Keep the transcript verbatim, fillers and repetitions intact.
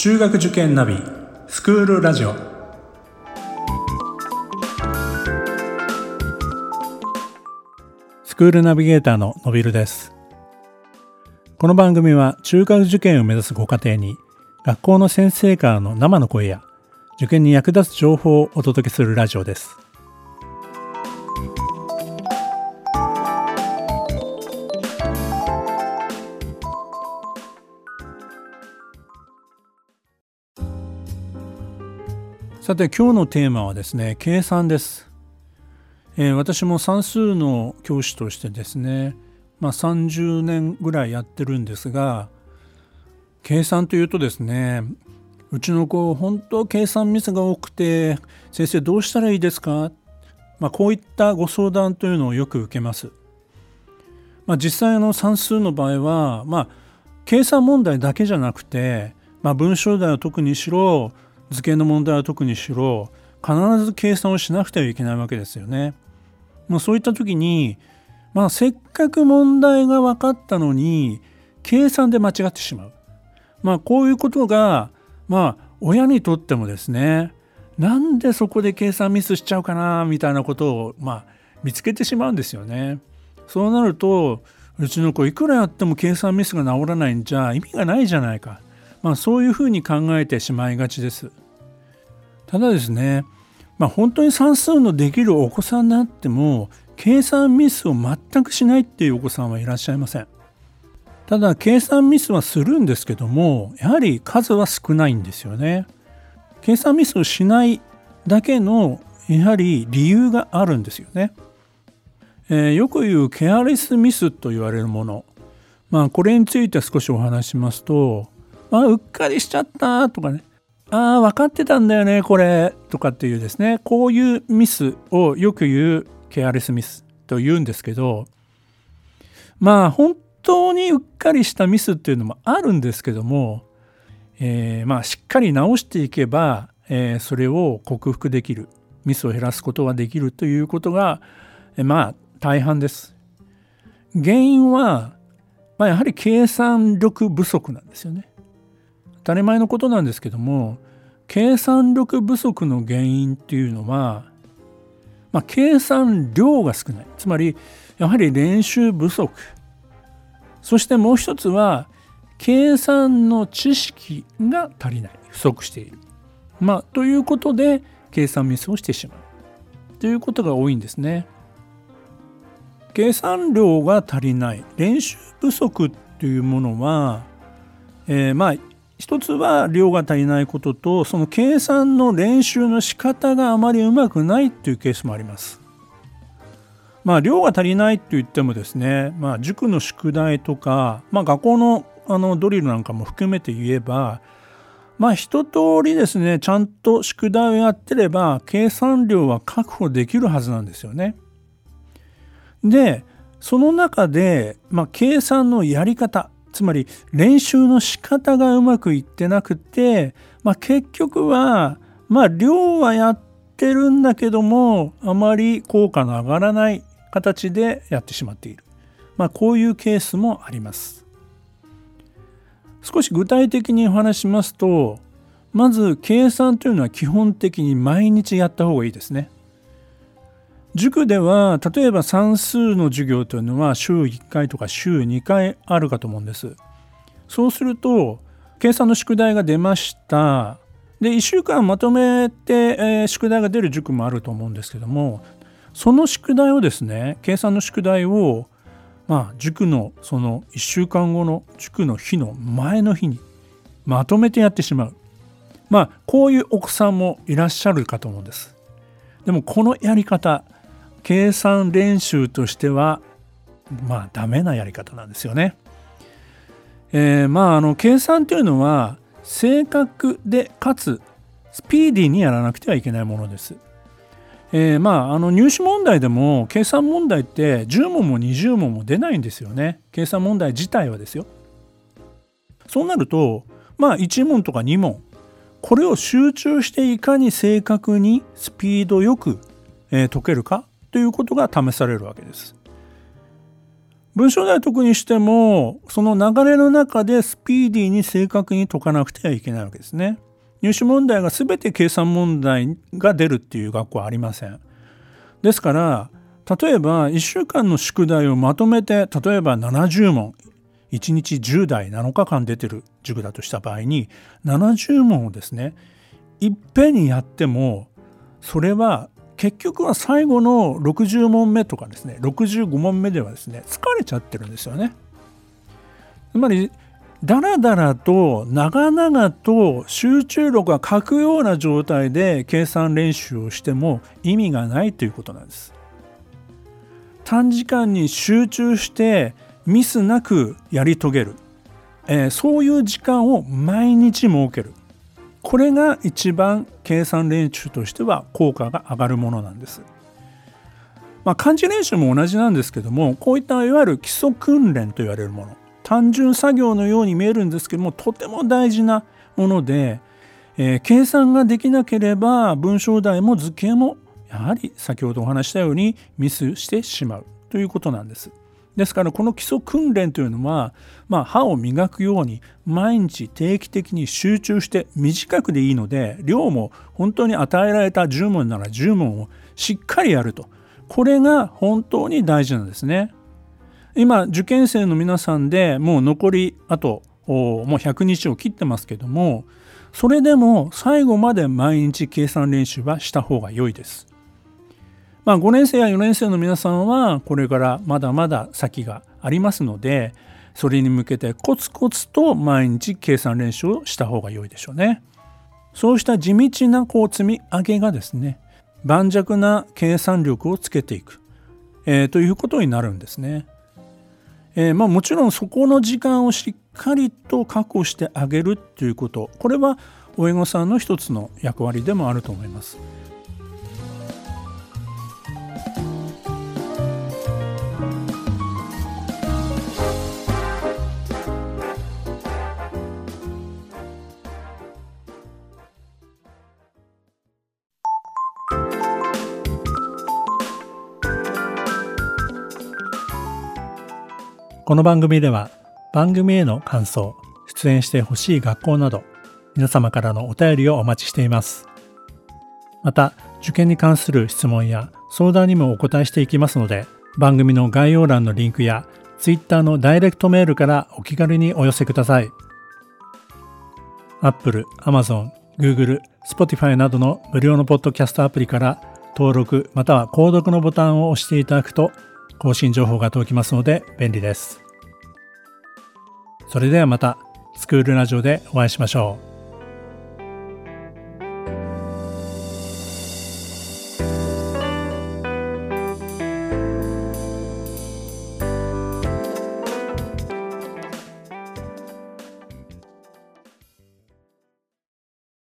中学受験ナビスクールラジオ。スクールナビゲーターののびるです。この番組は中学受験を目指すご家庭に学校の先生からの生の声や受験に役立つ情報をお届けするラジオです。さて今日のテーマはですね、計算です。えー、私も算数の教師としてですね、まあ、さんじゅうねんぐらいやってるんですが、計算というとですね、うちの子本当計算ミスが多くて先生どうしたらいいですか、まあ、こういったご相談というのをよく受けます。まあ、実際の算数の場合は、まあ、計算問題だけじゃなくて、まあ、文章題は特にしろ図形の問題は特にしろ必ず計算をしなくてはいけないわけですよね。まあ、そういった時に、まあ、せっかく問題が分かったのに計算で間違ってしまう、まあ、こういうことが、まあ、親にとってもですね、なんでそこで計算ミスしちゃうかなみたいなことを、まあ、見つけてしまうんですよね。そうなるとうちの子いくらやっても計算ミスが治らないんじゃ意味がないじゃないか、まあ、そういうふうに考えてしまいがちです。ただですね、まあ、本当に算数のできるお子さんであっても計算ミスを全くしないっていうお子さんはいらっしゃいません。ただ計算ミスはするんですけども、やはり数は少ないんですよね。計算ミスをしないだけのやはり理由があるんですよね。えー、よく言うケアレスミスと言われるもの、まあ、これについて少しお話しますと、まあ、うっかりしちゃったとかね、ああ分かってたんだよねこれとかっていうですね、こういうミスをよく言うケアレスミスと言うんですけど、まあ本当にうっかりしたミスっていうのもあるんですけども、えー、まあしっかり直していけば、えー、それを克服できる、ミスを減らすことができるということが、えー、まあ大半です。原因は、まあ、やはり計算力不足なんですよね。当たり前のことなんですけども、計算力不足の原因っていうのは、まあ、計算量が少ない、つまりやはり練習不足、そしてもう一つは計算の知識が足りない、不足している、まあ、ということで計算ミスをしてしまうということが多いんですね。計算量が足りない、練習不足っていうものは、えー、まあ一つは量が足りないことと、その計算の練習の仕方があまりうまくないというケースもあります。まあ量が足りないと言ってもですね、まあ、塾の宿題とか、まあ、学校の、あのドリルなんかも含めて言えば、まあ一通りですね、ちゃんと宿題をやってれば計算量は確保できるはずなんですよね。で、その中で、まあ、計算のやり方、つまり練習の仕方がうまくいってなくて、まあ、結局は、まあ、量はやってるんだけどもあまり効果の上がらない形でやってしまっている、まあ、こういうケースもあります。少し具体的にお話しますと、まず計算というのは基本的に毎日やった方がいいですね。塾では例えば算数の授業というのは週いっかいとか週にかいあるかと思うんです。そうすると計算の宿題が出ました。でいっしゅうかんまとめて、えー、宿題が出る塾もあると思うんですけども、その宿題をですね、計算の宿題をまあ塾のそのいっしゅうかんごの塾の日の前の日にまとめてやってしまう、まあこういうお子さんもいらっしゃるかと思うんです。でもこのやり方、計算練習としてはまあダメなやり方なんですよね。えー、まああの計算というのは正確でかつスピーディーにやらなくてはいけないものです。えー、まああの入試問題でも計算問題ってじゅう問もにじゅう問も出ないんですよね。計算問題自体はですよ。そうなるとまあいち問とかに問、これを集中していかに正確にスピードよく、えー、解けるかということが試されるわけです。 文章題特にしてもその流れの中でスピーディーに正確に解かなくてはいけないわけですね。入試問題が全て計算問題が出るっていう学校はありません。ですから例えばいっしゅうかんの宿題をまとめて例えばななじゅうもんいちにちじゅうだいなのかかん出てる塾だとした場合にななじゅうもんをですねいっぺんにやってもそれは結局は最後のろくじゅうもんめとかですねろくじゅうごもんめではですね疲れちゃってるんですよね。つまりだらだらと長々と集中力が欠くような状態で計算練習をしても意味がないということなんです。短時間に集中してミスなくやり遂げる、えー、そういう時間を毎日設ける。これが一番計算練習としては効果が上がるものなんです。まあ、漢字練習も同じなんですけども、こういったいわゆる基礎訓練と言われるもの、単純作業のように見えるんですけどもとても大事なもので、えー、計算ができなければ文章題も図形もやはり先ほどお話したようにミスしてしまうということなんです。ですからこの基礎訓練というのは、まあ、歯を磨くように毎日定期的に集中して短くでいいので量も本当に与えられたじゅうもんならじゅうもんをしっかりやると、これが本当に大事なんですね。今受験生の皆さんでもう残りあともうひゃくにちを切ってますけども、それでも最後まで毎日計算練習はした方が良いです。まあ、ごねん生やよねん生の皆さんはこれからまだまだ先がありますので、それに向けてコツコツと毎日計算練習をした方が良いでしょうね。そうした地道なこう積み上げがですね、盤石な計算力をつけていく、えー、ということになるんですね。えーまあ、もちろんそこの時間をしっかりと確保してあげるということ、これは親御さんの一つの役割でもあると思います。この番組では番組への感想、出演してほしい学校など皆様からのお便りをお待ちしています。また受験に関する質問や相談にもお答えしていきますので、番組の概要欄のリンクや Twitter のダイレクトメールからお気軽にお寄せください。Apple、Amazon、Google、Spotify などの無料のポッドキャストアプリから登録または購読のボタンを押していただくと更新情報が届きますので便利です。それではまたスクールラジオでお会いしましょう。